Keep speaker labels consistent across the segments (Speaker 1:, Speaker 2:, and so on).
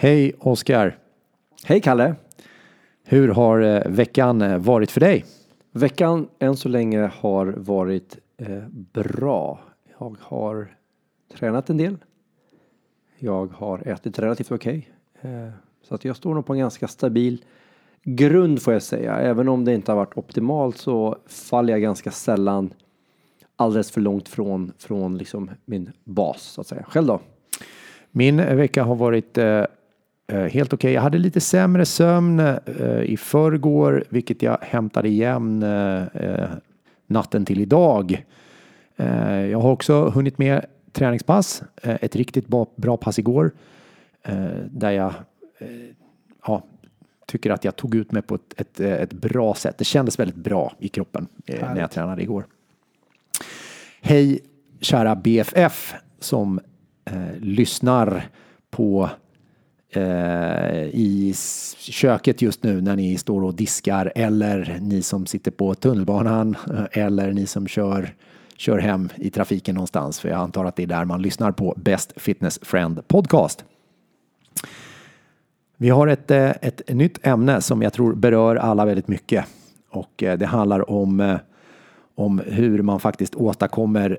Speaker 1: Hej Oskar.
Speaker 2: Hej Kalle.
Speaker 1: Hur har veckan varit för dig?
Speaker 2: Veckan än så länge har varit bra. Jag har tränat en del. Jag har ätit relativt okej. Så att jag står nog på en ganska stabil grund får jag säga. Även om det inte har varit optimalt så faller jag ganska sällan alldeles för långt från liksom min bas så att säga. Själv då?
Speaker 1: Min vecka har varit helt okej. Jag hade lite sämre sömn i förrgår, vilket jag hämtade igen natten till idag. Jag har också hunnit med träningspass. Ett riktigt bra pass igår. Där jag tycker att jag tog ut mig på ett bra sätt. Det kändes väldigt bra i kroppen när jag tränade igår. Hej kära BFF som lyssnar på i köket just nu när ni står och diskar, eller ni som sitter på tunnelbanan, eller ni som kör hem i trafiken någonstans, för jag antar att det är där man lyssnar på Best Fitness Friend podcast. Vi har ett nytt ämne som jag tror berör alla väldigt mycket, och det handlar om hur man faktiskt åstadkommer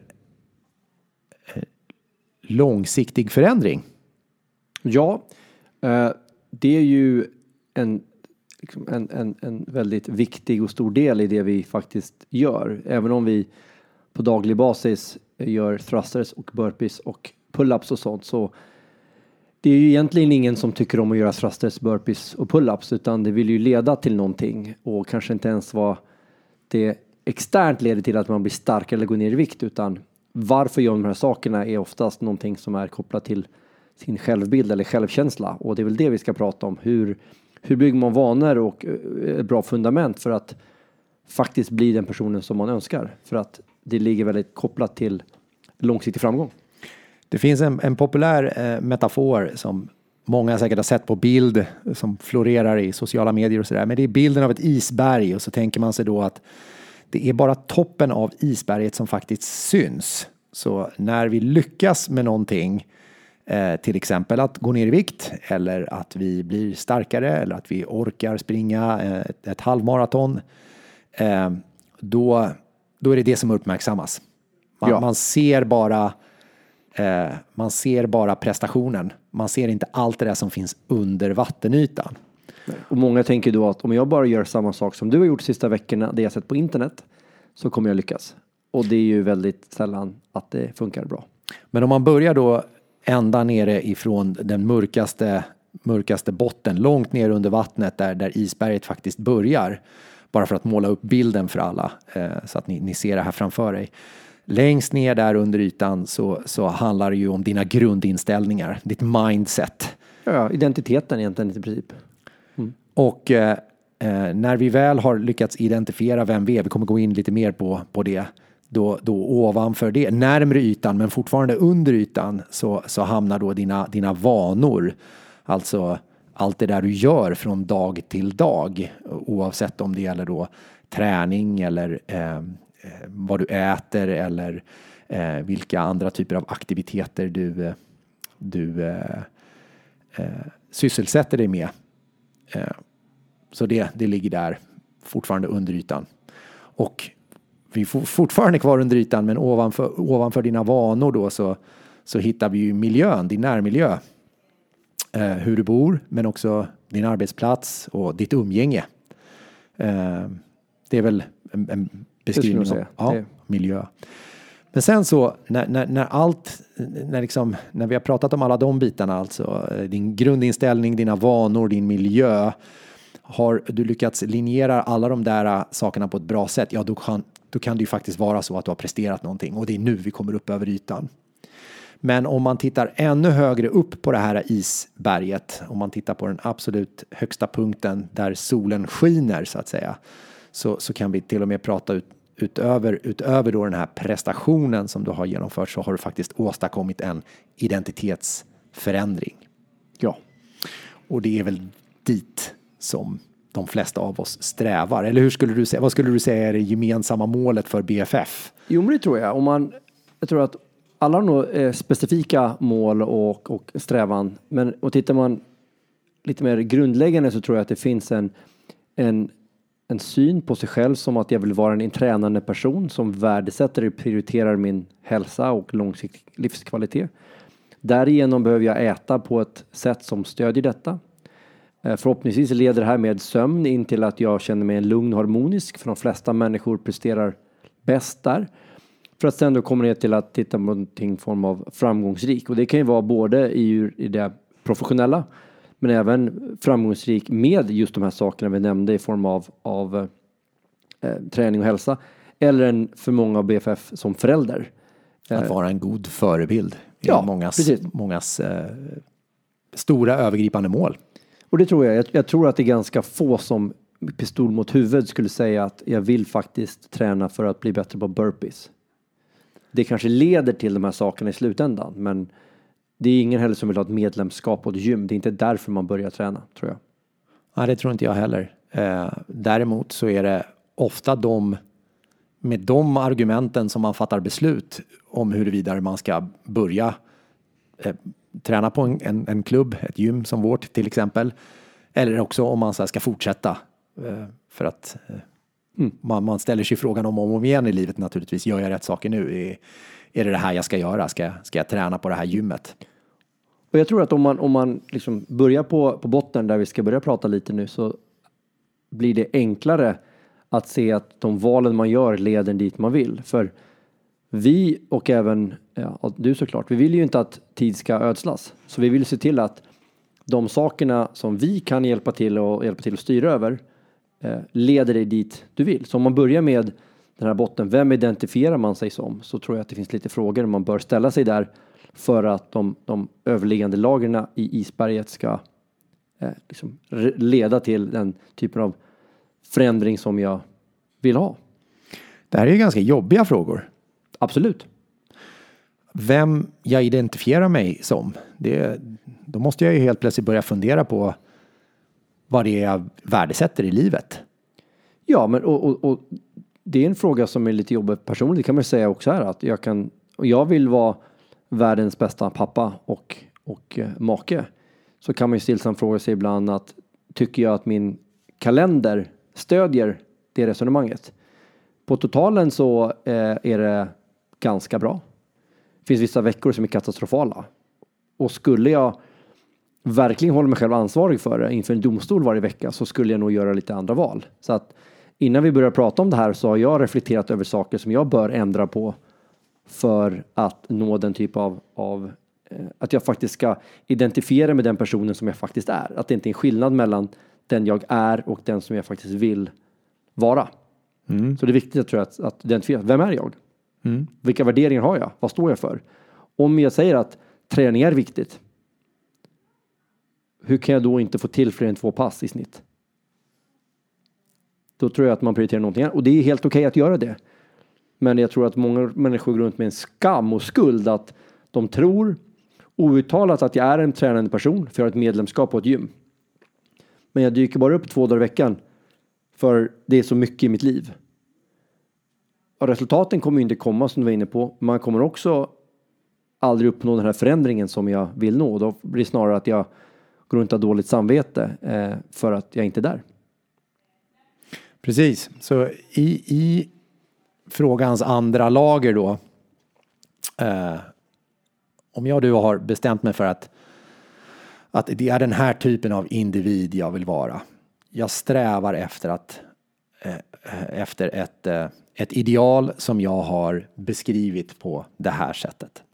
Speaker 1: långsiktig förändring.
Speaker 2: Ja, det är ju en väldigt viktig och stor del i det vi faktiskt gör. Även om vi på daglig basis gör thrusters och burpees och pull-ups och sånt, så det är ju egentligen ingen som tycker om att göra thrusters, burpees och pull-ups, utan det vill ju leda till någonting, och kanske inte ens vad det externt leder till att man blir starkare eller går ner i vikt, utan varför gör de här sakerna är oftast någonting som är kopplat till sin självbild eller självkänsla, och det är väl det vi ska prata om. Hur bygger man vanor och ett bra fundament för att faktiskt bli den personen som man önskar, för att det ligger väldigt kopplat till långsiktig framgång.
Speaker 1: Det finns en populär metafor som många säkert har sett på bild, som florerar i sociala medier och sådär, men det är bilden av ett isberg, och så tänker man sig då att det är bara toppen av isberget som faktiskt syns. Så när vi lyckas med någonting, till exempel att gå ner i vikt, eller att vi blir starkare, eller att vi orkar springa ett halvmaraton, då är det som uppmärksammas. Man ser bara prestationen. Man ser inte allt det där som finns under vattenytan.
Speaker 2: Och många tänker då att om jag bara gör samma sak som du har gjort de sista veckorna, det jag sett på internet, så kommer jag lyckas. Och det är ju väldigt sällan att det funkar bra.
Speaker 1: Men om man börjar då ända nere ifrån den mörkaste botten, långt ner under vattnet där isberget faktiskt börjar, bara för att måla upp bilden för alla, så att ni ser det här framför er. Längst ner där under ytan så handlar det ju om dina grundinställningar, ditt mindset. Ja,
Speaker 2: identiteten egentligen i princip.
Speaker 1: Mm. Och när vi väl har lyckats identifiera vem vi kommer gå in lite mer på det, då ovanför det, närmare ytan men fortfarande under ytan, så hamnar då dina vanor. Alltså allt det där du gör från dag till dag, oavsett om det gäller då träning eller vad du äter, eller vilka andra typer av aktiviteter du sysselsätter dig med. Så det ligger där fortfarande under ytan. Och vi är fortfarande kvar under ytan, men ovanför dina vanor då så hittar vi ju miljön, din närmiljö. Hur du bor, men också din arbetsplats och ditt umgänge. Det är väl en beskrivning av miljö. Men sen så när vi har pratat om alla de bitarna, alltså din grundinställning, dina vanor, din miljö, har du lyckats linjera alla de där sakerna på ett bra sätt, ja då kan det ju faktiskt vara så att du har presterat någonting, och det är nu vi kommer upp över ytan. Men om man tittar ännu högre upp på det här isberget, om man tittar på den absolut högsta punkten där solen skiner så att säga, så kan vi till och med prata utöver då den här prestationen som du har genomfört, så har du faktiskt åstadkommit en identitetsförändring. Ja. Och det är väl dit som de flesta av oss strävar. Eller vad skulle du säga är det gemensamma målet för BFF?
Speaker 2: Jo, men det tror jag. Jag tror att alla har nog specifika mål och strävan. Men och tittar man lite mer grundläggande så tror jag att det finns en syn på sig själv som att jag vill vara en tränande person som värdesätter och prioriterar min hälsa och långsiktig livskvalitet. Därigenom behöver jag äta på ett sätt som stödjer detta. Förhoppningsvis leder det här med sömn in till att jag känner mig lugn och harmonisk, för de flesta människor presterar bäst där. För att sen då komma ner till att titta på någonting form av framgångsrik. Och det kan ju vara både i det professionella, men även framgångsrik med just de här sakerna vi nämnde i form av träning och hälsa. Eller för många av BFF som förälder.
Speaker 1: Att vara en god förebild.
Speaker 2: Ja,
Speaker 1: mångas stora övergripande mål.
Speaker 2: Och det tror jag. Jag tror att det är ganska få som pistol mot huvud skulle säga att jag vill faktiskt träna för att bli bättre på burpees. Det kanske leder till de här sakerna i slutändan, men det är ingen heller som vill ha ett medlemskap på ett gym. Det är inte därför man börjar träna, tror jag.
Speaker 1: Nej, det tror inte jag heller. Däremot så är det ofta med de argumenten som man fattar beslut om huruvida man ska börja träna på en klubb, ett gym som vårt till exempel. Eller också om man så här ska fortsätta. För att man ställer sig frågan om igen i livet naturligtvis. Gör jag rätt saker nu? Är det här jag ska göra? Ska jag träna på det här gymmet?
Speaker 2: Och jag tror att om man liksom börjar på botten där vi ska börja prata lite nu, så blir det enklare att se att de valen man gör leder dit man vill. För vi och även du såklart, vi vill ju inte att tid ska ödslas. Så vi vill se till att de sakerna som vi kan hjälpa till att styra över leder dig dit du vill. Så om man börjar med den här botten, vem identifierar man sig som? Så tror jag att det finns lite frågor man bör ställa sig där för att de överliggande lagren i isberget ska liksom leda till den typen av förändring som jag vill ha.
Speaker 1: Det här är ju ganska jobbiga frågor.
Speaker 2: Absolut.
Speaker 1: Vem jag identifierar mig som, då måste jag ju helt plötsligt börja fundera på vad det är jag värdesätter i livet.
Speaker 2: Ja, men och det är en fråga som är lite jobbig personligt. Det kan man säga också här, att jag vill vara världens bästa pappa och make. Så kan man ju stillsamt fråga sig ibland att tycker jag att min kalender stödjer det resonemanget? På totalen så är det ganska bra. Det finns vissa veckor som är katastrofala. Och skulle jag verkligen hålla mig själv ansvarig för det inför en domstol varje vecka, så skulle jag nog göra lite andra val. Så att innan vi börjar prata om det här så har jag reflekterat över saker som jag bör ändra på för att nå den typ av att jag faktiskt ska identifiera med den personen som jag faktiskt är. Att det inte är en skillnad mellan den jag är och den som jag faktiskt vill vara. Mm. Så det är viktigt, jag tror, att identifiera. Vem är jag? Mm. Vilka värderingar har jag? Vad står jag för? Om jag säger att träning är viktigt, hur kan jag då inte få till fler än 2 pass i snitt? Då tror jag att man prioriterar någonting annat. Och det är helt okej att göra det. Men jag tror att många människor går runt med en skam och skuld att de tror outtalat att jag är en tränande person för jag har ett medlemskap på ett gym. Men jag dyker bara upp 2 dagar i veckan för det är så mycket i mitt liv. Och resultaten kommer ju inte komma som du var inne på. Man kommer också aldrig uppnå den här förändringen som jag vill nå. Då blir det snarare att jag går runt av dåligt samvete för att jag inte är där.
Speaker 1: Precis. Så i frågans andra lager då. Om jag du har bestämt mig för att det är den här typen av individ jag vill vara. Jag strävar efter ett ideal som jag har beskrivit på det här sättet.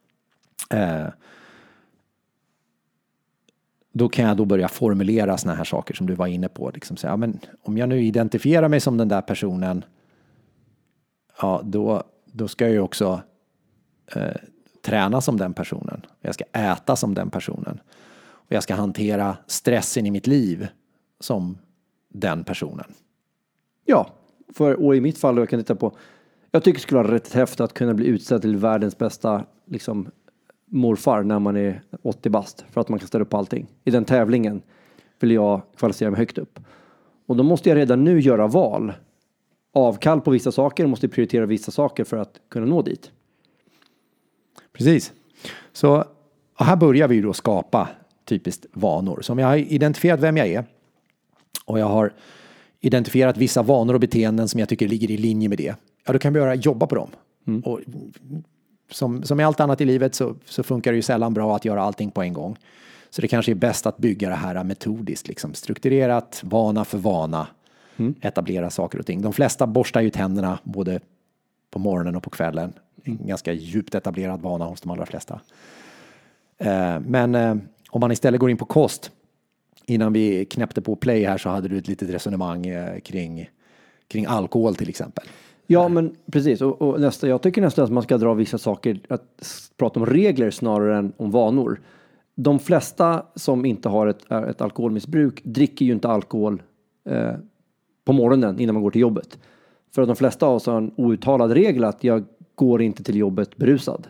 Speaker 1: Då kan jag då börja formulera såna här saker som du var inne på. Liksom säga, men om jag nu identifierar mig som den där personen, ja, då ska jag ju också träna som den personen. Jag ska äta som den personen. Och jag ska hantera stressen i mitt liv som den personen.
Speaker 2: Ja, och i mitt fall, jag kan titta på, jag tycker det skulle vara rätt häftigt att kunna bli utsedd till världens bästa liksom, morfar när man är 80 bast, för att man kan ställa upp på allting. I den tävlingen vill jag kvalificera mig högt upp. Och då måste jag redan nu göra val. Avkall på vissa saker, måste prioritera vissa saker för att kunna nå dit.
Speaker 1: Precis. Så här börjar vi då skapa typiskt vanor. Så om jag har identifierat vem jag är och jag har identifierat vissa vanor och beteenden som jag tycker ligger i linje med det, ja, då kan vi börja jobba på dem. Och som i allt annat i livet så funkar det ju sällan bra att göra allting på en gång. Så det kanske är bäst att bygga det här metodiskt, liksom strukturerat, vana för vana, etablera saker och ting. De flesta borstar ju tänderna både på morgonen och på kvällen. En ganska djupt etablerad vana hos de allra flesta. Men om man istället går in på kost, innan vi knäppte på play här så hade du ett litet resonemang kring alkohol till exempel.
Speaker 2: Ja, men precis. Och jag tycker nästan att man ska dra vissa saker, att prata om regler snarare än om vanor. De flesta som inte har ett alkoholmissbruk dricker ju inte alkohol på morgonen innan man går till jobbet. För att de flesta av oss har en outtalad regel att jag går inte till jobbet berusad.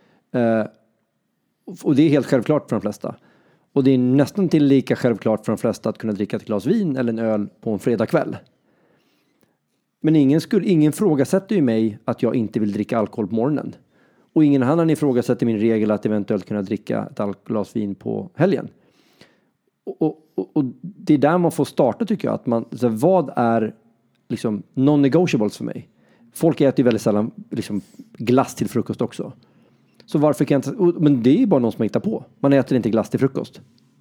Speaker 2: Och det är helt självklart för de flesta. Och det är nästan till lika självklart för de flesta att kunna dricka ett glas vin eller en öl på en fredagkväll. Men ingen frågasätter ju mig att jag inte vill dricka alkohol på morgonen. Och ingen annan ifrågasätter min regel att eventuellt kunna dricka ett glas vin på helgen. Och det är där man får starta tycker jag. Att vad är liksom non-negotiables för mig? Folk äter ju väldigt sällan liksom glass till frukost också. Så varför kan jag inte... Men det är ju bara någon som hittar på. Man äter inte glass till frukost.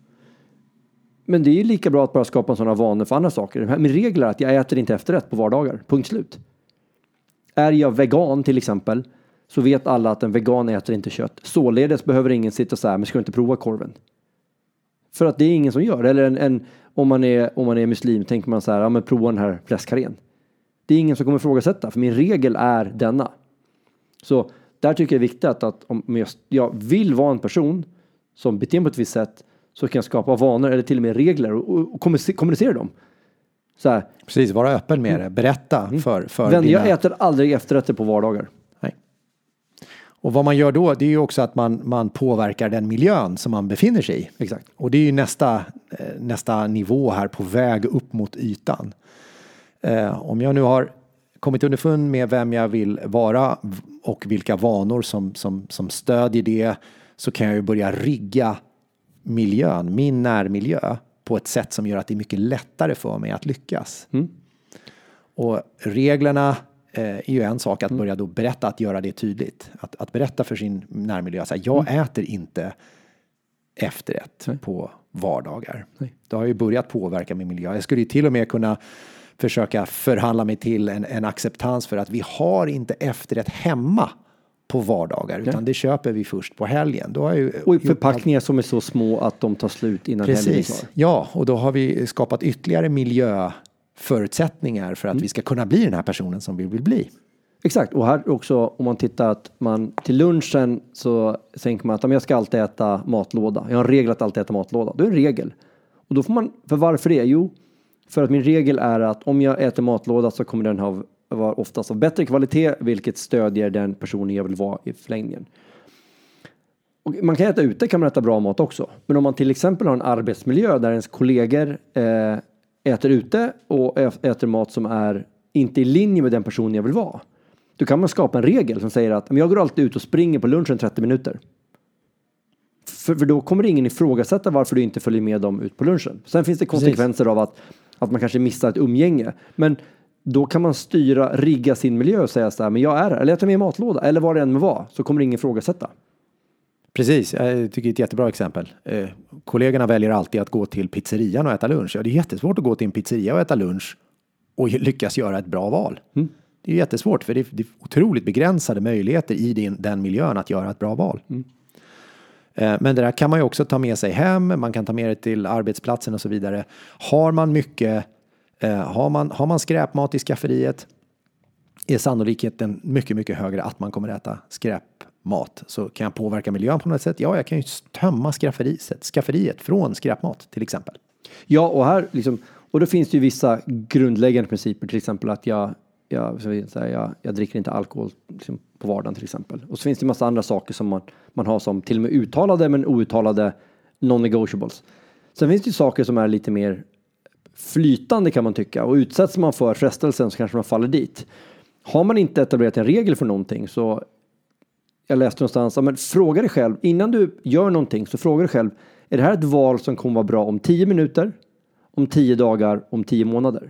Speaker 2: Men det är ju lika bra att bara skapa en sån här vanor för andra saker. Min regel är att jag äter inte efterrätt på vardagar. Punkt slut. Är jag vegan till exempel, så vet alla att en vegan äter inte kött. Således behöver ingen sitta och säga, men ska du inte prova korven? För att det är ingen som gör. Eller om man är muslim tänker man så här, ja men prova den här fläskkarrén. Det är ingen som kommer ifrågasätta, för min regel är denna. Så där tycker jag det är viktigt att om jag vill vara en person som beter på ett visst sätt, så kan jag skapa vanor eller till och med regler och kommunicera dem. Så här.
Speaker 1: Precis, vara öppen med det. Berätta för
Speaker 2: dina... Jag äter aldrig efterrätter på vardagar.
Speaker 1: Nej. Och vad man gör då, det är ju också att man påverkar den miljön som man befinner sig i.
Speaker 2: Exakt.
Speaker 1: Och det är ju nästa nivå här på väg upp mot ytan. Om jag nu har kommit underfund med vem jag vill vara och vilka vanor som stödjer det, så kan jag ju börja rigga miljön, min närmiljö, på ett sätt som gör att det är mycket lättare för mig att lyckas. Och reglerna är ju en sak, att börja då berätta, att göra det tydligt. Att berätta för sin närmiljö, så här, jag äter inte efterrätt på vardagar. Det har ju börjat påverka min miljö. Jag skulle ju till och med kunna försöka förhandla mig till en acceptans för att vi har inte efterrätt hemma på vardagar, utan det köper vi först på helgen. Då har ju
Speaker 2: och förpackningar som är så små att de tar slut innan helgen är klar.
Speaker 1: Ja, och då har vi skapat ytterligare miljöförutsättningar för att vi ska kunna bli den här personen som vi vill bli.
Speaker 2: Exakt, och här också om man tittar att man till lunchen så tänker man att om jag ska alltid äta matlåda. Jag har en regel att alltid äta matlåda. Det är en regel. Och då får man, för varför det? Jo, för att min regel är att om jag äter matlåda så kommer den vara oftast av bättre kvalitet, vilket stödjer den personen jag vill vara i förlängningen. Och man kan äta ute, kan man äta bra mat också. Men om man till exempel har en arbetsmiljö där ens kollegor äter ute och äter mat som är inte i linje med den personen jag vill vara, då kan man skapa en regel som säger att jag går alltid ut och springer på lunchen 30 minuter. För då kommer ingen ifrågasätta varför du inte följer med dem ut på lunchen. Sen finns det konsekvenser av att man kanske missar ett umgänge. Men då kan man rigga sin miljö och säga så här, men jag är här, eller jag tar med matlåda, eller vad det än må vara, så kommer ingen ifrågasätta.
Speaker 1: Precis, jag tycker det är ett jättebra exempel. Kollegorna väljer alltid att gå till pizzerian och äta lunch. Ja, det är jättesvårt att gå till en pizzeria och äta lunch och lyckas göra ett bra val. Det är jättesvårt, för det är otroligt begränsade möjligheter i den miljön att göra ett bra val. Men det där kan man ju också ta med sig hem, man kan ta med det till arbetsplatsen och så vidare. Har man skräpmat i skafferiet, är sannolikheten mycket, mycket högre att man kommer äta skräpmat. Så kan jag påverka miljön på något sätt? Ja, jag kan ju tömma skafferiet från skräpmat till exempel. Ja, och här och då finns det ju vissa grundläggande principer, till exempel att jag dricker inte alkohol på vardagen till exempel. Och så finns det en massa andra saker som man har som till och med uttalade men outtalade non-negotiables. Sen finns det ju saker som är lite mer flytande kan man tycka, och utsätts man för frestelsen så kanske man faller dit. Har man inte etablerat en regel för någonting, så
Speaker 2: jag läste någonstans, men fråga dig själv, innan du gör någonting så fråga dig själv, är det här ett val som kommer vara bra om 10 minuter, om 10 dagar, om 10 månader?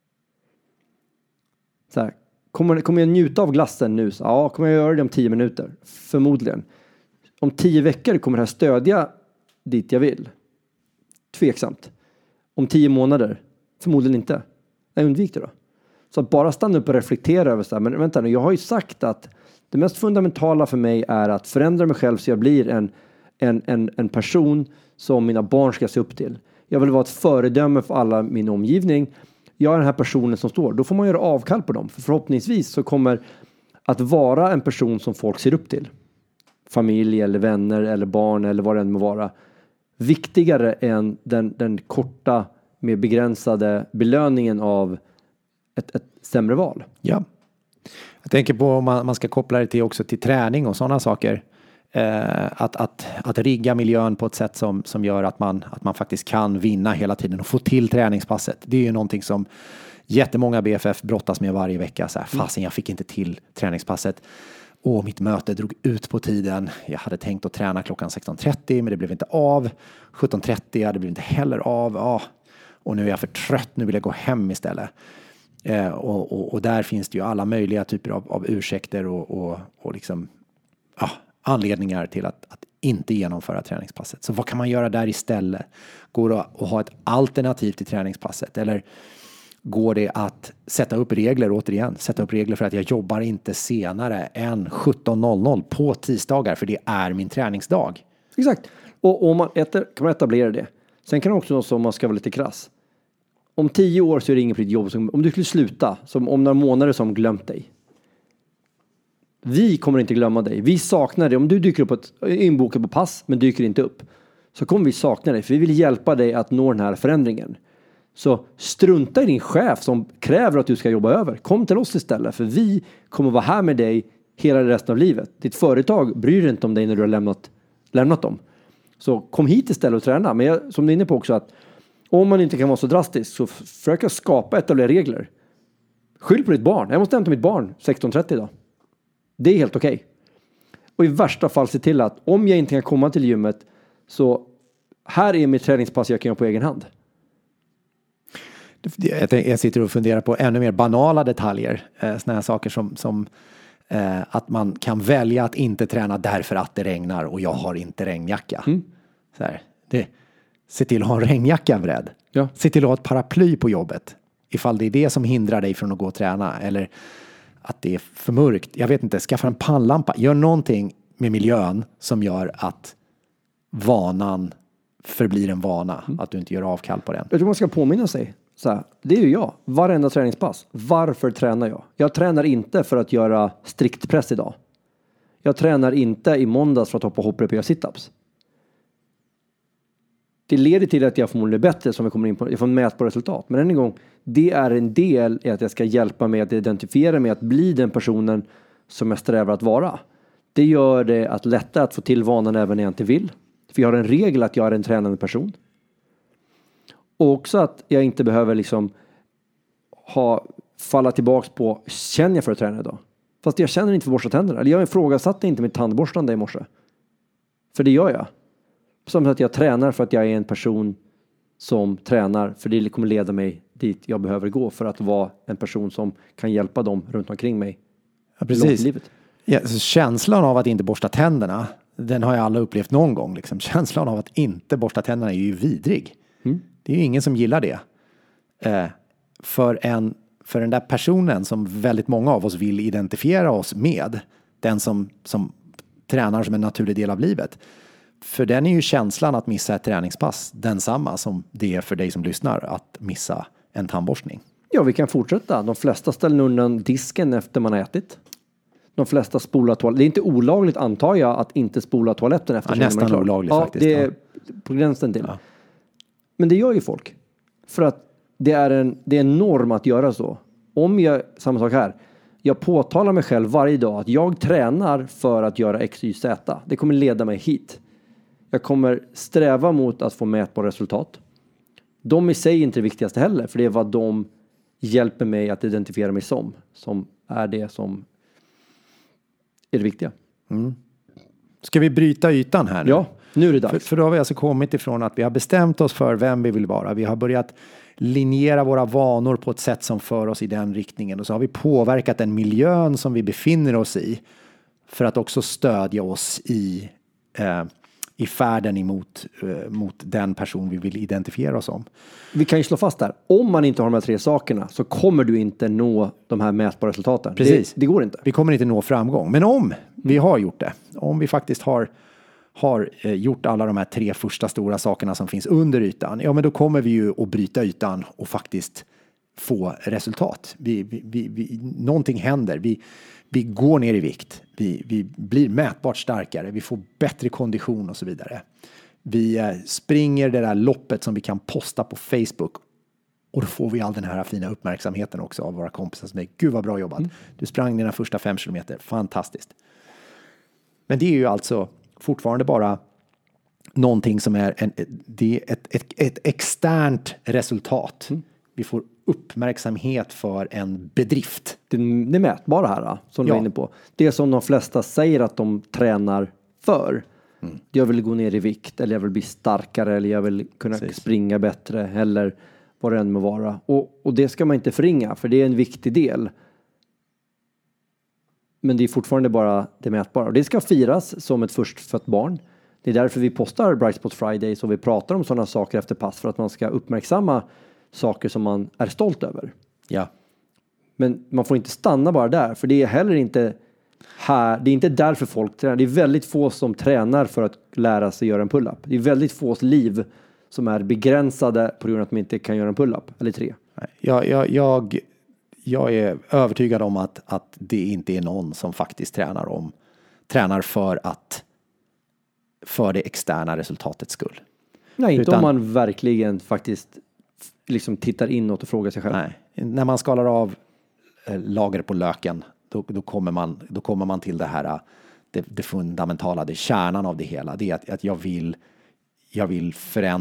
Speaker 2: Så här, kommer jag njuta av glassen nu? Så, ja, kommer jag göra det om 10 minuter? Förmodligen. Om 10 veckor kommer det här stödja dit jag vill? Tveksamt. Om 10 månader? Förmodligen inte. Jag undvik det då. Så att bara stanna upp och reflektera över så här, men vänta nu, jag har ju sagt att det mest fundamentala för mig är att förändra mig själv så jag blir en person som mina barn ska se upp till. Jag vill vara ett föredöme för alla min omgivning. Jag är den här personen som står. Då får man göra avkall på dem. För förhoppningsvis så kommer att vara en person som folk ser upp till. Familj eller vänner eller barn eller vad det än må vara. Viktigare än den korta med begränsade belöningen av ett sämre val.
Speaker 1: Ja. Jag tänker på om man ska koppla det till också till träning och sådana saker. Att rigga miljön på ett sätt som gör att man faktiskt kan vinna hela tiden och få till träningspasset. Det är ju någonting som jättemånga BFF brottas med varje vecka. Så här, fasen, jag fick inte till träningspasset. Och mitt möte drog ut på tiden. Jag hade tänkt att träna klockan 16:30 men det blev inte av. 17:30 det blev inte heller av. Och nu är jag för trött, nu vill jag gå hem istället. Och där finns det ju alla möjliga typer av ursäkter och liksom, anledningar till att inte genomföra träningspasset. Så vad kan man göra där istället? Går det att ha ett alternativ till träningspasset? Eller går det att sätta upp regler, sätta upp regler för att jag jobbar inte senare än 17:00 på tisdagar för det är min träningsdag?
Speaker 2: Exakt. Och om man kan man etablera det. Sen kan det också vara så, om man ska vara lite krass. Om 10 år så är det inget på ditt jobb. Om du skulle sluta, som om några månader som glömt dig. Vi kommer inte glömma dig. Vi saknar dig. Om du dyker upp inbokad på pass men dyker inte upp, så kommer vi sakna dig. För vi vill hjälpa dig att nå den här förändringen. Så strunta i din chef som kräver att du ska jobba över. Kom till oss istället. För vi kommer vara här med dig hela resten av livet. Ditt företag bryr sig inte om dig när du har lämnat dem. Så kom hit istället och träna. Men som du är inne på också, att om man inte kan vara så drastisk så försöka skapa etablera regler. Skyll på ditt barn. Jag måste hämta mitt barn 16:30 idag. Det är helt okej. Och i värsta fall se till att om jag inte kan komma till gymmet, så här är mitt träningspass jag kan göra på egen hand.
Speaker 1: Jag sitter och funderar på ännu mer banala detaljer. Såna här saker som att man kan välja att inte träna därför att det regnar och jag har inte regnjacka. Så här, se till att ha en regnjacka beredd.
Speaker 2: Ja.
Speaker 1: Se till att ha ett paraply på jobbet. Ifall det är det som hindrar dig från att gå och träna. Eller att det är för mörkt. Jag vet inte, skaffa en pannlampa. Gör någonting med miljön som gör att vanan förblir en vana. Att du inte gör avkall på den.
Speaker 2: Jag tror man ska påminna sig. Så här, det är ju jag. Varenda träningspass. Varför tränar jag? Jag tränar inte för att göra strikt press idag. Jag tränar inte i måndags för att hoppa hopprep och göra situps. Det leder till att jag förmodligen är bättre, som vi kommer in på. Jag får mätbara resultat. Men än en gång, det är en del i att jag ska hjälpa mig att identifiera mig, att bli den personen som jag strävar att vara. Det gör det att lättare att få till vanan även när jag inte vill. För jag har en regel att jag är en tränande person. Och också att jag inte behöver liksom falla tillbaks på, känner jag för att träna idag? Fast jag känner inte för att borsta tänderna. Eller jag ifrågasatte inte mitt tandborstande i morse. För det gör jag. Som att jag tränar för att jag är en person som tränar. För det kommer leda mig dit jag behöver gå för att vara en person som kan hjälpa dem runt omkring mig.
Speaker 1: Ja, precis. Ja, så känslan av att inte borsta tänderna, den har jag alla upplevt någon gång. Liksom. Känslan av att inte borsta tänderna är ju vidrig. Det är ju ingen som gillar det. För den där personen som väldigt många av oss vill identifiera oss med. Den som tränar som en naturlig del av livet. För den är ju känslan att missa ett träningspass densamma som det är för dig som lyssnar att missa en tandborstning.
Speaker 2: Ja, vi kan fortsätta. De flesta ställer undan disken efter man har ätit. De flesta spolar toaletten. Det är inte olagligt, antar jag, att inte spola toaletten efter man är klar.
Speaker 1: Nästan olagligt faktiskt.
Speaker 2: Det är på gränsen till. Ja. Men det gör ju folk. För att det är en norm att göra så. Samma sak här. Jag påtalar mig själv varje dag att jag tränar för att göra X, Y, Z. Det kommer leda mig hit. Jag kommer sträva mot att få mätbara resultat. De i sig är inte det viktigaste heller. För det är vad de hjälper mig att identifiera mig som är det som är det viktiga.
Speaker 1: Ska vi bryta ytan här nu?
Speaker 2: Ja, nu är det dags.
Speaker 1: För då har vi alltså kommit ifrån att vi har bestämt oss för vem vi vill vara. Vi har börjat linjera våra vanor på ett sätt som för oss i den riktningen. Och så har vi påverkat den miljön som vi befinner oss i för att också stödja oss i färden mot den person vi vill identifiera oss som.
Speaker 2: Vi kan ju slå fast där, om man inte har de här 3 sakerna så kommer du inte nå de här mätbara resultaten.
Speaker 1: Precis.
Speaker 2: Det går inte.
Speaker 1: Vi kommer inte nå framgång. Men om vi har gjort det, om vi faktiskt har gjort alla de här 3 första stora sakerna som finns under ytan, ja men då kommer vi ju att bryta ytan och faktiskt få resultat. Någonting händer. Vi går ner i vikt. Vi blir mätbart starkare. Vi får bättre kondition och så vidare. Vi springer det där loppet som vi kan posta på Facebook. Och då får vi all den här fina uppmärksamheten också av våra kompisar som är, gud vad bra jobbat. Du sprang dina första 5 kilometer. Fantastiskt. Men det är ju alltså fortfarande bara någonting som är ett externt resultat. Vi får uppmärksamhet för en bedrift.
Speaker 2: Det mätbara här som du är inne på. Det som de flesta säger att de tränar för. Jag vill gå ner i vikt, eller jag vill bli starkare, eller jag vill kunna springa bättre, eller vad det än må vara. Och det ska man inte förringa, för det är en viktig del. Men det är fortfarande bara det mätbara. Och det ska firas som ett förstfött barn. Det är därför vi postar Bright Spot Fridays och vi pratar om sådana saker efter pass, för att man ska uppmärksamma saker som man är stolt över.
Speaker 1: Ja.
Speaker 2: Men man får inte stanna bara där, för det är heller inte här, det är inte därför folk tränar. Det är väldigt få som tränar för att lära sig göra en pull-up. Det är väldigt få liv som är begränsade på grund av att man inte kan göra en pull-up eller 3.
Speaker 1: Jag är övertygad om att det inte är någon som faktiskt tränar för det externa resultatets skull.
Speaker 2: Nej, inte om man verkligen faktiskt liksom tittar inåt och frågar sig själv.
Speaker 1: Nej, när man skalar av lager på löken, då kommer man till det här, det fundamentala, det kärnan av det hela. Det är att jag vill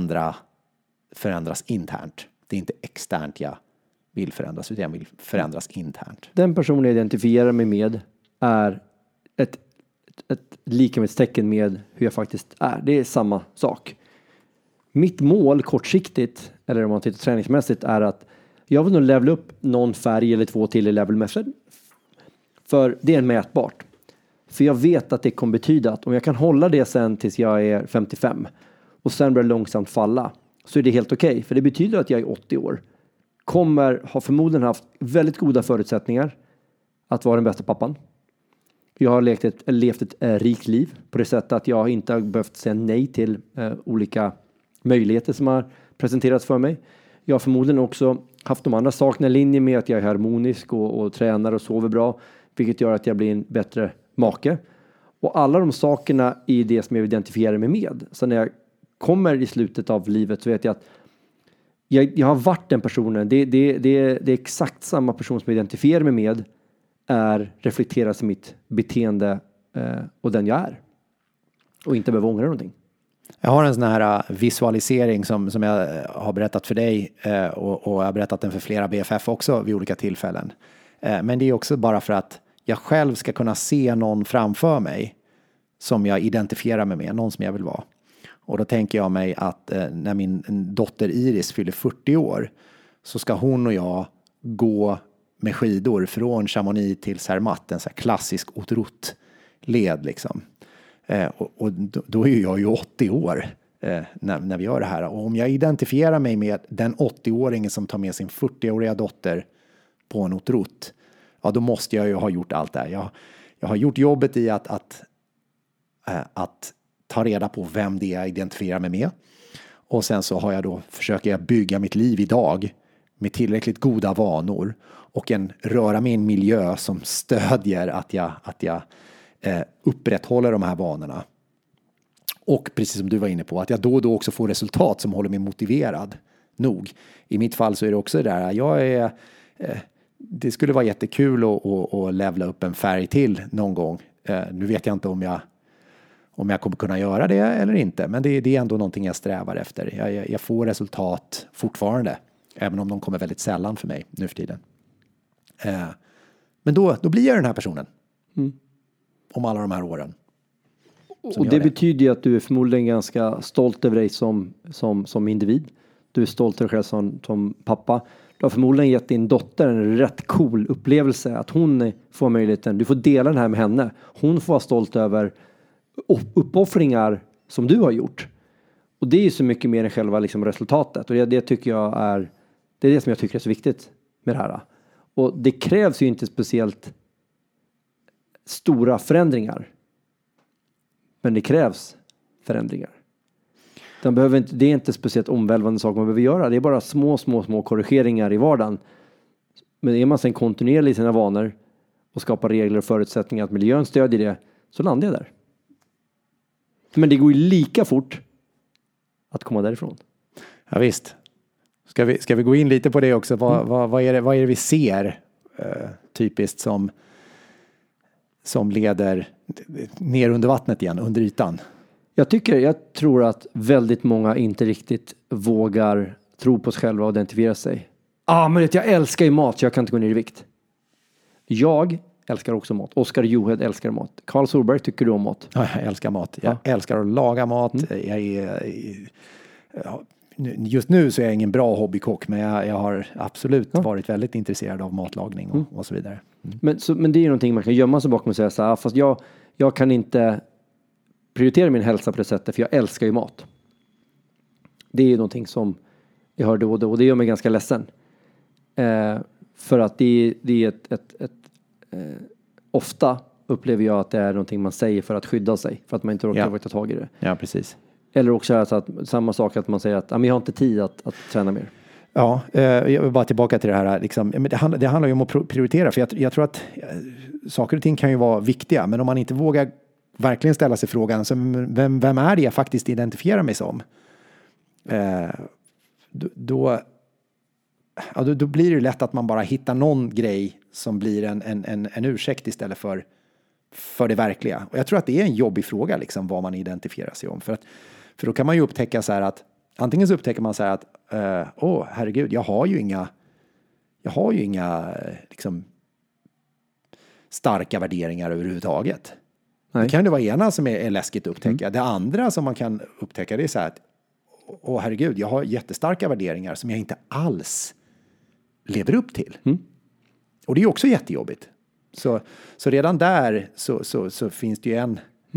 Speaker 1: förändras internt. Det är inte externt jag vill förändras, utan jag vill förändras internt.
Speaker 2: Den person jag identifierar mig med är ett likamedstecken med hur jag faktiskt är. Det är samma sak. Mitt mål kortsiktigt, eller om man tittar träningsmässigt, är att jag vill nog levela upp någon färg eller 2 till i level method. För det är mätbart. För jag vet att det kommer betyda att om jag kan hålla det sen tills jag är 55 och sen börjar långsamt falla, så är det helt okej. För det betyder att jag är 80 år. Har förmodligen haft väldigt goda förutsättningar att vara den bästa pappan. Jag har levt ett rikt liv på det sättet att jag inte har behövt säga nej till olika möjligheter som har presenterats för mig. Jag har förmodligen också haft de andra sakerna i linje med att jag är harmonisk och tränar och sover bra, vilket gör att jag blir en bättre make. Och alla de sakerna i det som jag identifierar mig med. Så när jag kommer i slutet av livet så vet jag att jag har varit den personen. Det är exakt samma person som jag identifierar mig med reflekteras i mitt beteende och den jag är. Och inte behöver ångra någonting.
Speaker 1: Jag har en sån här visualisering som jag har berättat för dig och jag har berättat den för flera BFF också vid olika tillfällen. Men det är också bara för att jag själv ska kunna se någon framför mig som jag identifierar mig med, någon som jag vill vara. Och då tänker jag mig att när min dotter Iris fyller 40 år så ska hon och jag gå med skidor från Chamonix till Zermatt, en så här klassisk autoroute-led liksom. Och då är jag ju 80 år när vi gör det här. Och om jag identifierar mig med den 80-åringen som tar med sin 40-åriga dotter på en autoroute, ja då måste jag ju ha gjort allt det här. Jag har gjort jobbet i att ta reda på vem det är jag identifierar mig med. Och sen så försöker jag bygga mitt liv idag med tillräckligt goda vanor och röra mig i en miljö som stödjer att jag upprätthåller de här vanorna. Och precis som du var inne på, att jag då och då också får resultat som håller mig motiverad nog. I mitt fall så är det också det där, det skulle vara jättekul att levla upp en färg till någon gång. Nu vet jag inte om jag kommer kunna göra det eller inte, men det är ändå någonting jag strävar efter. Jag får resultat fortfarande, även om de kommer väldigt sällan för mig nu för tiden. Men då blir jag den här personen. Om alla de här åren.
Speaker 2: Och det betyder ju att du är förmodligen ganska stolt över dig som individ. Du är stolt över dig själv som pappa. Du har förmodligen gett din dotter en rätt cool upplevelse. Att hon får möjligheten. Du får dela den här med henne. Hon får vara stolt över uppoffringar som du har gjort. Och det är ju så mycket mer än själva liksom resultatet. Och det tycker jag det är det som jag tycker är så viktigt med det här. Och det krävs ju inte speciellt stora förändringar. Men det krävs förändringar. Det är inte speciellt omvälvande saker man behöver göra. Det är bara små korrigeringar i vardagen. Men är man sen kontinuerlig i sina vanor och skapar regler och förutsättningar att miljön stödjer det, så landar jag där. Men det går ju lika fort att komma därifrån.
Speaker 1: Ja, visst. Ska vi gå in lite på det också? Vad är det vi ser typiskt som leder ner under vattnet igen, under ytan?
Speaker 2: Jag tror att väldigt många inte riktigt vågar tro på sig själva och identifiera sig. Men jag älskar ju mat så jag kan inte gå ner i vikt. Jag älskar också mat. Oskar Johed älskar mat. Carl Solberg, tycker du om mat?
Speaker 1: Ja, jag älskar mat. Jag älskar att laga mat. Just nu så är jag ingen bra hobbykock, men jag har absolut varit väldigt intresserad av matlagning och så vidare.
Speaker 2: Men det är ju någonting man kan gömma sig bakom och säga så här, fast jag kan inte prioritera min hälsa på det sättet, för jag älskar ju mat. Det är ju någonting som jag hör då och då, och det gör mig ganska ledsen. För att det är ofta upplever jag att det är någonting man säger för att skydda sig, för att man inte råkar ta tag i det.
Speaker 1: Ja, precis.
Speaker 2: Eller också alltså att samma sak att man säger att jag har inte tid att träna mer.
Speaker 1: Ja, jag vill bara tillbaka till det här. Liksom, det handlar ju om att prioritera. För jag tror att saker och ting kan ju vara viktiga. Men om man inte vågar verkligen ställa sig frågan, så vem är det jag faktiskt identifierar mig som? Då blir det lätt att man bara hittar någon grej som blir en ursäkt istället för det verkliga. Och jag tror att det är en jobbig fråga, liksom, vad man identifierar sig om. För då kan man ju upptäcka så här att antingen så upptäcker man så här att herregud, jag har ju inga liksom starka värderingar överhuvudtaget. Nej. Det kan ju vara ena som är läskigt att upptäcka. Det andra som man kan upptäcka, det är så här att herregud, jag har jättestarka värderingar som jag inte alls lever upp till. Och det är också jättejobbigt. Så redan där så finns det ju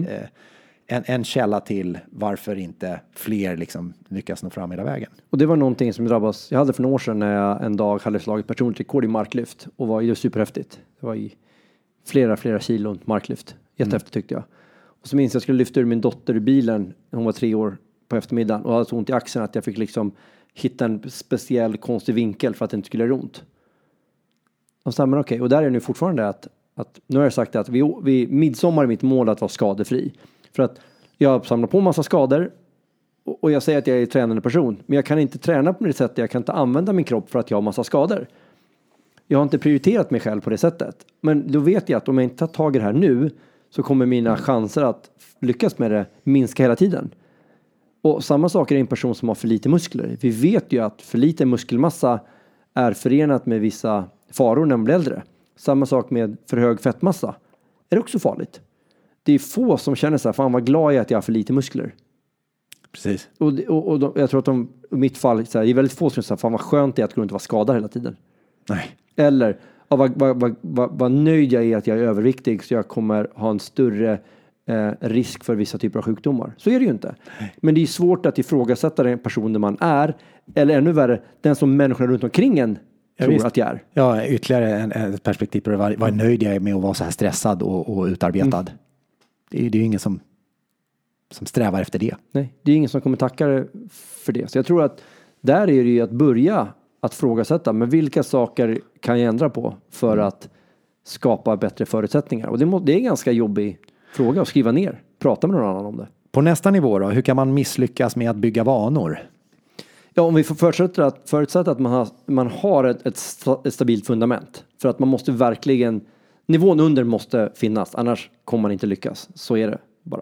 Speaker 1: en källa till varför inte fler liksom lyckas nå fram hela vägen. Och
Speaker 2: det var någonting som jag hade för några år sedan när jag en dag hade slagit personligt rekord i marklyft, och var ju superhäftigt. Det var i flera kilon marklyft. Jättehäftigt tyckte jag. Och så minns jag skulle lyfta ur min dotter ur bilen när hon var 3 år på eftermiddagen, och hade så ont i axeln att jag fick liksom hitta en speciell konstig vinkel för att det inte skulle göra ont. Och så, men okej, och där är nu fortfarande att nu har jag sagt att vi midsommar är mitt mål att vara skadefri. För att jag samlar på massa skador, och jag säger att jag är en tränande person, men jag kan inte träna på det sättet, jag kan inte använda min kropp för att jag har massa skador. Jag har inte prioriterat mig själv på det sättet. Men då vet jag att om jag inte tar tag i det här nu, så kommer mina chanser att lyckas med det minska hela tiden. Och samma sak är en person som har för lite muskler. Vi vet ju att för lite muskelmassa är förenat med vissa faror när man blir äldre. Samma sak med för hög fettmassa. Är det också farligt? Det är få som känner så här, fan vad glad jag är att jag har för lite muskler.
Speaker 1: Precis.
Speaker 2: Och jag tror att i mitt fall, så här, det är väldigt få som säger, fan vad skönt det är att gå runt och vara skadad hela tiden.
Speaker 1: Nej.
Speaker 2: Eller, vad nöjd jag är att jag är överviktig, så jag kommer ha en större risk för vissa typer av sjukdomar. Så är det ju inte. Nej. Men det är svårt att ifrågasätta den personen man är, eller ännu värre, den som människorna runt omkring en tror att jag är.
Speaker 1: Ja, ytterligare ett perspektiv på det. Vad nöjd jag är med att vara så här stressad och utarbetad. Det är ju ingen som strävar efter det.
Speaker 2: Nej, det är ingen som kommer tacka dig för det. Så jag tror att där är det ju att börja att frågasätta, men vilka saker kan jag ändra på för att skapa bättre förutsättningar? Och det är en ganska jobbig fråga att skriva ner. Prata med någon annan om det.
Speaker 1: På nästa nivå då, hur kan man misslyckas med att bygga vanor?
Speaker 2: Ja, om vi får förutsätta att man har ett stabilt fundament. För att man måste verkligen, nivån under måste finnas, annars kommer man inte lyckas. Så är det bara.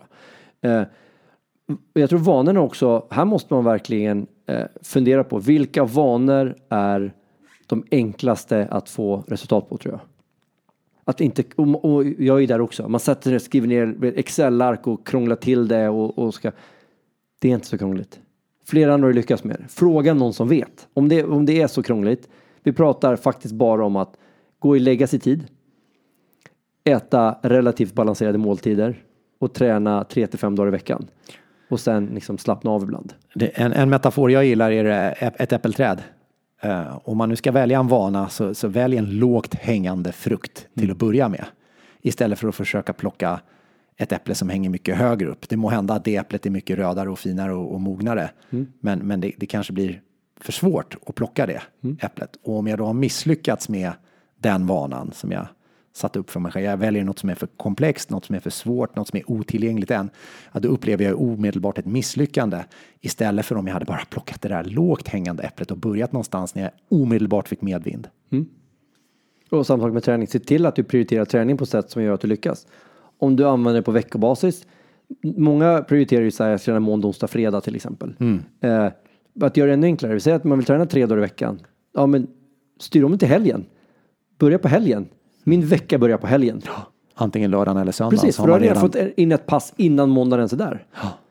Speaker 2: Jag tror vanorna också, här måste man verkligen fundera på vilka vanor är de enklaste att få resultat på, tror jag. Att inte, och jag är där också. Man sätter sig, skriver ner Excel-ark och krånglar till det och ska. Det är inte så krångligt. Flera andra har lyckats med det. Fråga någon som vet. Om det är så krångligt. Vi pratar faktiskt bara om att gå i lägga sig tid. Äta relativt balanserade måltider. Och träna 3-5 dagar i veckan. Och sen liksom slappna av ibland.
Speaker 1: En metafor jag gillar är ett äppelträd. Om man nu ska välja en vana så välj en lågt hängande frukt till att börja med. Istället för att försöka plocka ett äpple som hänger mycket högre upp. Det må hända att det äpplet är mycket rödare och finare och mognare. Men det kanske blir för svårt att plocka det äpplet. Och om jag då har misslyckats med den vanan som jag satt upp för mig själv. Jag väljer något som är för komplext, något som är för svårt, något som är otillgängligt än. Ja, då upplever jag omedelbart ett misslyckande. Istället för om jag hade bara plockat det där lågt hängande äpplet och börjat någonstans när jag omedelbart fick medvind.
Speaker 2: Och samma sak med träning. Se till att du prioriterar träning på sätt som gör att du lyckas. Om du använder det på veckobasis. Många prioriterar ju så här, träna måndag, onsdag, fredag till exempel. Att göra det ännu enklare. Vi säger att man vill träna 3 dagar i veckan. Ja, men styr om till helgen. Börja på helgen. Min vecka börjar på helgen.
Speaker 1: Antingen lördagen eller söndagen.
Speaker 2: Precis, för då har jag fått in ett pass innan måndagen så där.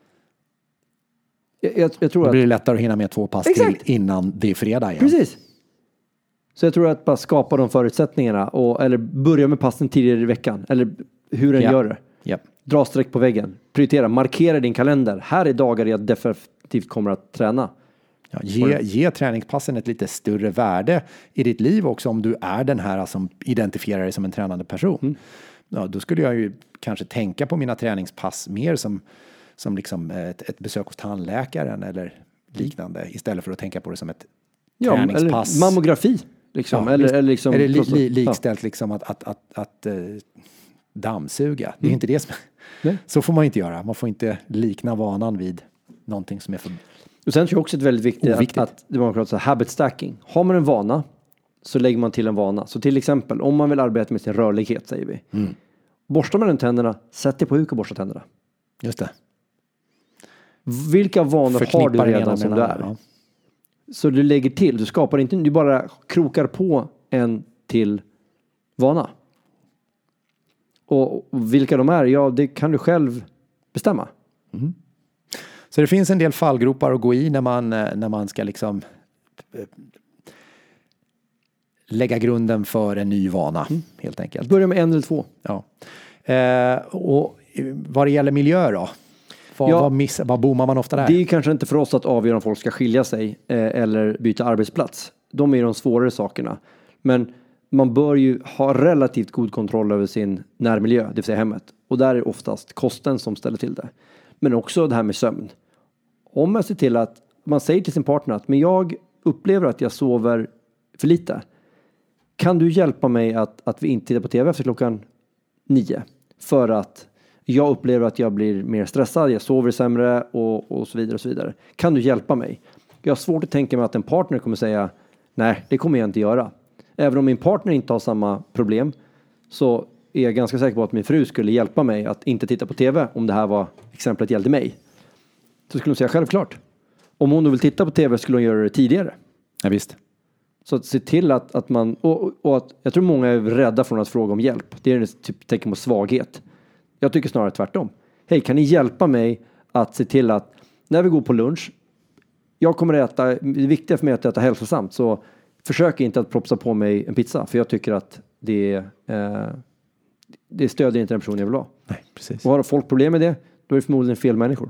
Speaker 2: Jag tror
Speaker 1: då blir det lättare att hinna med 2 pass till innan det är fredag igen.
Speaker 2: Precis. Så jag tror att bara skapa de förutsättningarna eller börja med passen tidigare i veckan. Eller hur den gör det. Dra streck på väggen. Prioritera, markera din kalender. Här är dagar jag definitivt kommer att träna.
Speaker 1: Ja, ge träningspassen ett lite större värde i ditt liv också om du är den här som identifierar dig som en tränande person. Ja, då skulle jag ju kanske tänka på mina träningspass mer som liksom ett besök hos tandläkaren eller liknande istället för att tänka på det som ett träningspass.
Speaker 2: Eller mammografi. Liksom.
Speaker 1: Ja,
Speaker 2: eller liksom,
Speaker 1: är det likställt liksom att dammsuga? Det är inte det som så får man inte göra. Man får inte likna vanan vid någonting som är för.
Speaker 2: Och sen tror jag också det är väldigt viktigt att man pratar så habit stacking. Har man en vana så lägger man till en vana. Så till exempel om man vill arbeta med sin rörlighet säger vi. Borstar man tänderna, sätt dig på huk och borsta tänderna.
Speaker 1: Just det.
Speaker 2: Vilka vanor har du redan som du är? Ja. Så du lägger till, du skapar inte, du bara krokar på en till vana. Och vilka de är, ja det kan du själv bestämma.
Speaker 1: Så det finns en del fallgropar att gå i när man ska liksom lägga grunden för en ny vana helt enkelt.
Speaker 2: Börja med 1 eller 2.
Speaker 1: Ja. Och vad det gäller miljö då? Vad bommar man ofta där?
Speaker 2: Det är kanske inte för oss att avgöra om folk ska skilja sig eller byta arbetsplats. De är de svårare sakerna. Men man bör ju ha relativt god kontroll över sin närmiljö, det vill säga hemmet. Och där är oftast kosten som ställer till det. Men också det här med sömn. Om man ser till att man säger till sin partner att men jag upplever att jag sover för lite. Kan du hjälpa mig att vi inte tittar på tv efter klockan 9? För att jag upplever att jag blir mer stressad, jag sover sämre och så vidare och så vidare. Kan du hjälpa mig? Jag har svårt att tänka mig att en partner kommer säga nej, det kommer jag inte göra. Även om min partner inte har samma problem så är jag ganska säker på att min fru skulle hjälpa mig att inte titta på tv om det här var exemplet gällde mig. Så skulle hon säga självklart. Om hon då vill titta på tv skulle hon göra det tidigare.
Speaker 1: Ja, visst.
Speaker 2: Så att se till att man och att jag tror många är rädda från att fråga om hjälp. Det är en typ tecken på svaghet. Jag tycker snarare tvärtom. Hej, kan ni hjälpa mig att se till att när vi går på lunch, jag kommer att äta, det är viktigt för mig att äta hälsosamt, så försök inte att propsa på mig en pizza, för jag tycker att det stödjer inte den personen jag vill ha.
Speaker 1: Nej, precis.
Speaker 2: Och har folk problem med det, då är det förmodligen fel människor.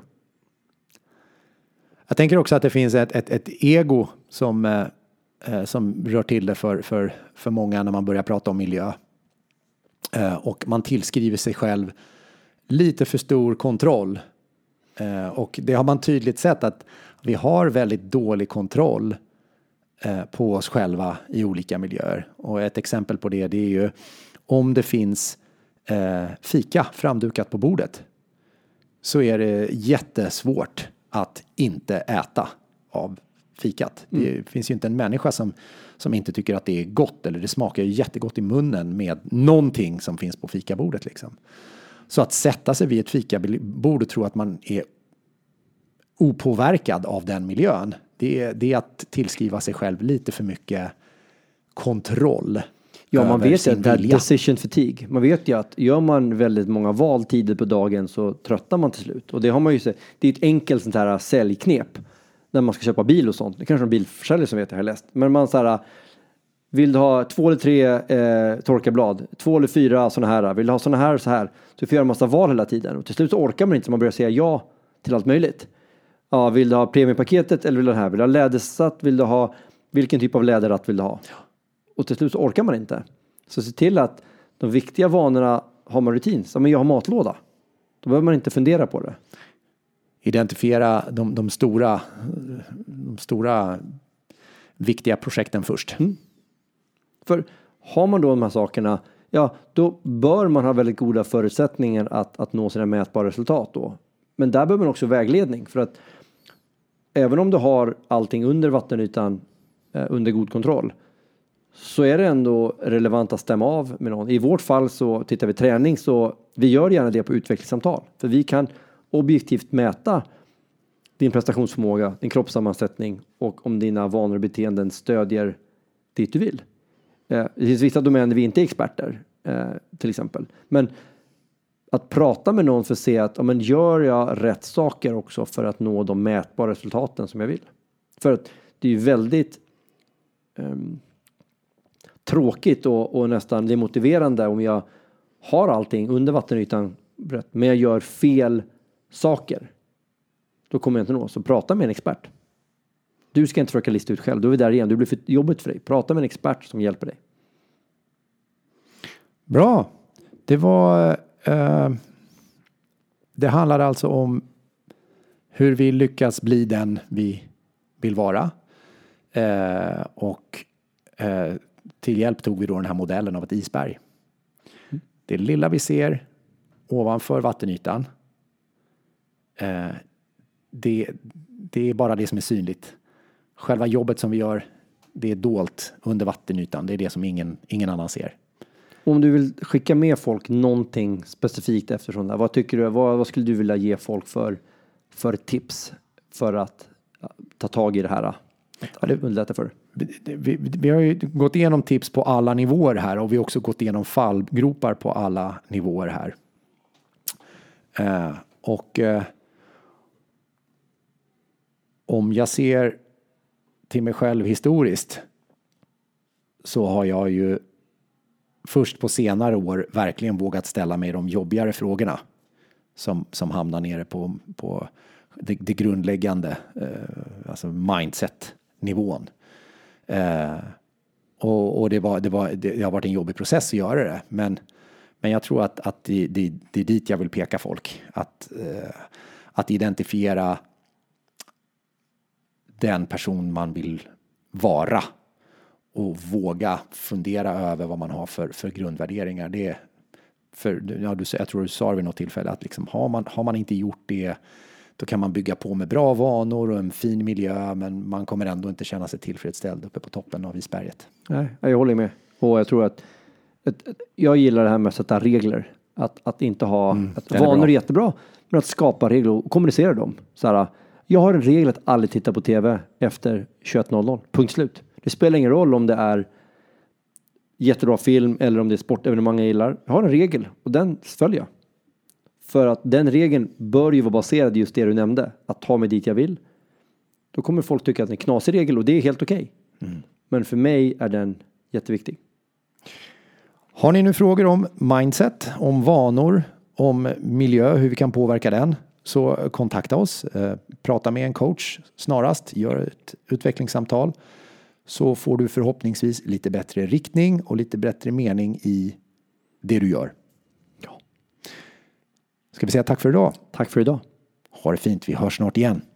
Speaker 1: Jag tänker också att det finns ett ego som rör till det för många när man börjar prata om miljö. Och man tillskriver sig själv lite för stor kontroll. Och det har man tydligt sett att vi har väldigt dålig kontroll på oss själva i olika miljöer. Och ett exempel på det är ju om det finns fika framdukat på bordet, så är det jättesvårt att inte äta av fikat. Det finns ju inte en människa som inte tycker att det är gott, eller det smakar ju jättegott i munnen med någonting som finns på fikabordet liksom. Så att sätta sig vid ett fikabord och tro att man är opåverkad av den miljön, det är att tillskriva sig själv lite för mycket kontroll.
Speaker 2: Ja, man
Speaker 1: över
Speaker 2: vet ju
Speaker 1: sin
Speaker 2: att det är
Speaker 1: vilja.
Speaker 2: decision fatigue. Man vet ju att gör man väldigt många val tidigt på dagen så tröttar man till slut. Och det har man ju sett. Det är ett enkelt sånt här säljknep när man ska köpa bil och sånt. Det kanske är en bilförsäljare som vet, jag har läst. Men man så här, vill du ha 2 eller 3 torkarblad, 2 eller 4 sådana här, vill du ha sådana här och så här. Så får göra en massa val hela tiden. Och till slut så orkar man inte, så man börjar säga ja till allt möjligt. Ja, vill du ha premiepaketet eller vill du ha det här? Vill du ha lädersatt? Vill du ha, vilken typ av läderratt vill du ha? Och till slut så orkar man inte. Så se till att de viktiga vanorna har man rutin. Som jag har matlåda. Då behöver man inte fundera på det.
Speaker 1: Identifiera de stora viktiga projekten först.
Speaker 2: För har man då de här sakerna, ja, då bör man ha väldigt goda förutsättningar att nå sina mätbara resultat då. Men där behöver man också vägledning. För att även om du har allting under vattenytan under god kontroll, så är det ändå relevant att stämma av med någon. I vårt fall så tittar vi träning, så vi gör gärna det på utvecklingssamtal. För vi kan objektivt mäta din prestationsförmåga, din kroppssammansättning och om dina vanor och beteenden stödjer dit du vill. Det finns vissa domäner vi inte är experter, till exempel. Men att prata med någon för att se att men gör jag rätt saker också för att nå de mätbara resultaten som jag vill. För att det är ju väldigt tråkigt och nästan demotiverande om jag har allting under vattenytan men jag gör fel saker. Då kommer jag inte nå. Så prata med en expert. Du ska inte försöka lista ut själv. Då är vi där igen. Det blir för jobbigt för dig. Prata med en expert som hjälper dig.
Speaker 1: Bra. Det var... det handlar alltså om hur vi lyckas bli den vi vill vara. Och till hjälp tog vi då den här modellen av ett isberg. Det lilla vi ser ovanför vattenytan, det är bara det som är synligt. Själva jobbet som vi gör, det är dolt under vattenytan. Det är det som ingen annan ser.
Speaker 2: Om du vill skicka med folk någonting specifikt eftersom det, vad tycker du, vad skulle du vilja ge folk för tips för att ta tag i det här? Att underlätta för?
Speaker 1: Vi har ju gått igenom tips på alla nivåer här, och vi har också gått igenom fallgropar på alla nivåer här. Om jag ser till mig själv historiskt, så har jag ju först på senare år verkligen vågat ställa mig de jobbigare frågorna som hamnar nere på det grundläggande, alltså mindset-nivån. Och det har varit en jobbig process att göra det, men jag tror att det är dit jag vill peka folk, att identifiera den person man vill vara och våga fundera över vad man har för grundvärderingar. Jag tror du sa det vid något tillfälle att liksom, har man inte gjort det, då kan man bygga på med bra vanor och en fin miljö, men man kommer ändå inte känna sig tillfredsställd uppe på toppen av isberget.
Speaker 2: Nej, jag håller med. Och jag tror att jag gillar det här med att sätta regler. Att inte ha vanor är jättebra, men att skapa regler och kommunicera dem. Så här, jag har en regel att aldrig titta på tv efter 21.00. Punkt slut. Det spelar ingen roll om det är jättebra film eller om det är sportevenemang jag gillar. Jag har en regel och den följer jag. För att den regeln bör ju vara baserad just det du nämnde. Att ta mig dit jag vill. Då kommer folk tycka att det är en knasig regel och det är helt okej. Men för mig är den jätteviktig.
Speaker 1: Har ni nu frågor om mindset, om vanor, om miljö, hur vi kan påverka den, så kontakta oss. Prata med en coach snarast. Gör ett utvecklingssamtal. Så får du förhoppningsvis lite bättre riktning och lite bättre mening i det du gör. Ja. Ska vi säga tack för idag?
Speaker 2: Tack för idag.
Speaker 1: Ha det fint. Vi hörs snart igen.